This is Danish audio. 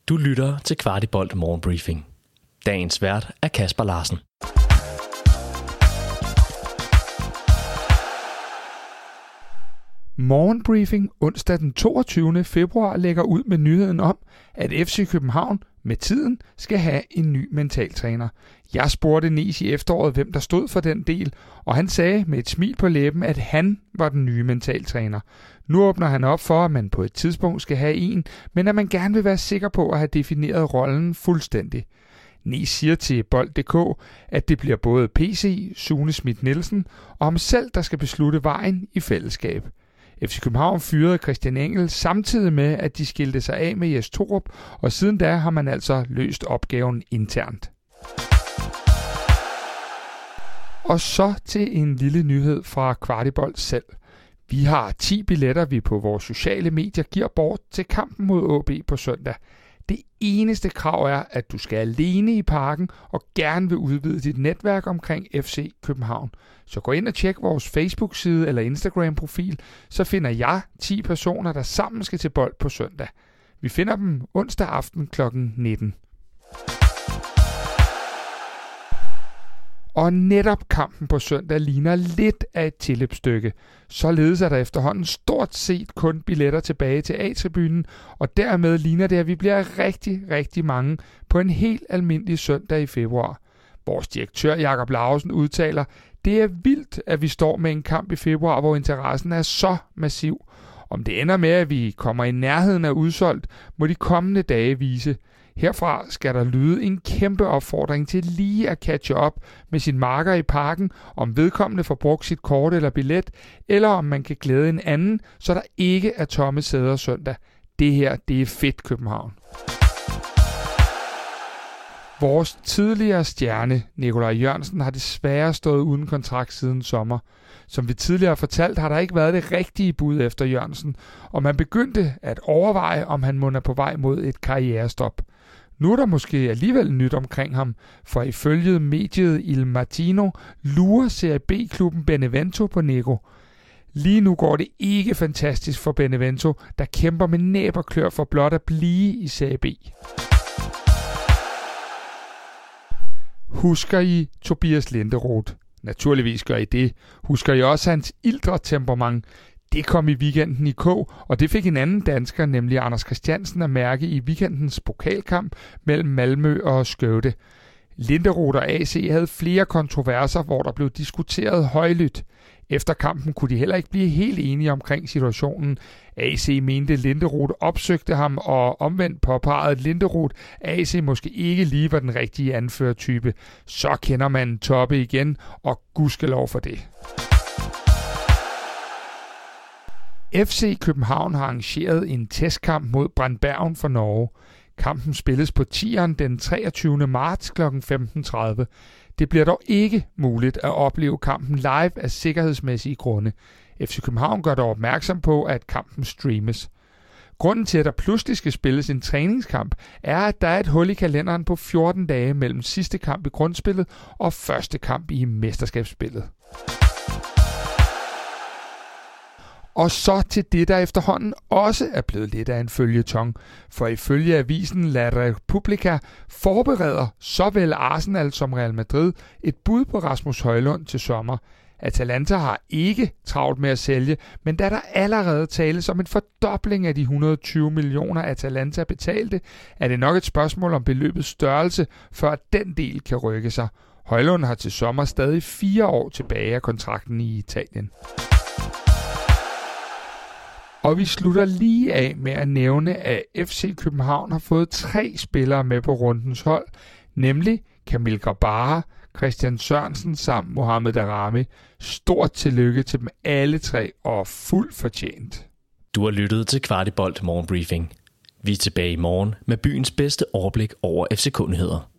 Du lytter til Kvartibolt Morgenbriefing. Dagens vært er Kasper Larsen. Morgenbriefing onsdag den 22. februar lægger ud med nyheden om, at FC København med tiden skal have en ny mentaltræner. Jeg spurgte Nies i efteråret, hvem der stod for den del, og han sagde med et smil på læben, at han var den nye mentaltræner. Nu åbner han op for, at man på et tidspunkt skal have en, men at man gerne vil være sikker på at have defineret rollen fuldstændig. Nies siger til Bold.dk, at det bliver både PC, Sune Schmidt Nielsen og ham selv, der skal beslutte vejen i fællesskab. FC København fyrede Christian Engel samtidig med, at de skilte sig af med Jes Torup, og siden da har man altså løst opgaven internt. Og så til en lille nyhed fra Kvartibolt selv. Vi har 10 billetter, vi på vores sociale medier giver bort til kampen mod AaB på søndag. Det eneste krav er, at du skal alene i parken og gerne vil udvide dit netværk omkring FC København. Så gå ind og tjek vores Facebook-side eller Instagram-profil, så finder jeg 10 personer, der sammen skal til bold på søndag. Vi finder dem onsdag aften kl. 19. Og netop kampen på søndag ligner lidt af et tilløbsstykke. Således er der efterhånden stort set kun billetter tilbage til A-tribunen, og dermed ligner det, at vi bliver rigtig mange på en helt almindelig søndag i februar. Vores direktør Jakob Lausen udtaler, det er vildt, at vi står med en kamp i februar, hvor interessen er så massiv. Om det ender med, at vi kommer i nærheden af udsolgt, må de kommende dage vise. Herfra skal der lyde en kæmpe opfordring til lige at catche op med sin marker i parken, om vedkommende får brugt sit kort eller billet, eller om man kan glæde en anden, så der ikke er tomme sæder søndag. Det her, det er fedt, København. Vores tidligere stjerne, Nikolaj Jørgensen, har desværre stået uden kontrakt siden sommer. Som vi tidligere har fortalt, har der ikke været det rigtige bud efter Jørgensen, og man begyndte at overveje, om han må er på vej mod et karrierestop. Nu er der måske alligevel nyt omkring ham, for ifølge mediet Il Mattino lurer Serie B-klubben Benevento på Nico. Lige nu går det ikke fantastisk for Benevento, der kæmper med næb og klør for blot at blive i Serie B. Husker I Tobias Linderoth? Naturligvis gør I det. Husker I også hans ildre temperament? Det kom i weekenden i K, og det fik en anden dansker, nemlig Anders Christiansen, at mærke i weekendens pokalkamp mellem Malmø og Skövde. Linderoth og AC havde flere kontroverser, hvor der blev diskuteret højlydt. Efter kampen kunne de heller ikke blive helt enige omkring situationen. AC mente, Linderoth opsøgte ham, og omvendt påpegede Linderoth, AC måske ikke lige var den rigtige anførertype. Så kender man Toppe igen, og gudskelov for det. FC København har arrangeret en testkamp mod Brandbergen for Norge. Kampen spilles på tieren den 23. marts kl. 15:30. Det bliver dog ikke muligt at opleve kampen live af sikkerhedsmæssige grunde. FC København gør dog opmærksom på, at kampen streames. Grunden til, at der pludselig skal spilles en træningskamp, er, at der er et hul i kalenderen på 14 dage mellem sidste kamp i grundspillet og første kamp i mesterskabsspillet. Og så til det, der efterhånden også er blevet lidt af en føljeton. For ifølge avisen La Repubblica forbereder såvel Arsenal som Real Madrid et bud på Rasmus Højlund til sommer. Atalanta har ikke travlt med at sælge, men da der allerede tales om en fordobling af de 120 millioner Atalanta betalte, er det nok et spørgsmål om beløbets størrelse, før den del kan rykke sig. Højlund har til sommer stadig 4 år tilbage af kontrakten i Italien. Og vi slutter lige af med at nævne, at FC København har fået 3 spillere med på rundens hold, nemlig Kamil Grabara, Christian Sørensen samt Mohamed Daramy. Stort tillykke til dem alle 3 og fuldt fortjent. Du har lyttet til Kvartibolt Morgenbriefing. Vi er tilbage i morgen med byens bedste overblik over FCK-nyheder.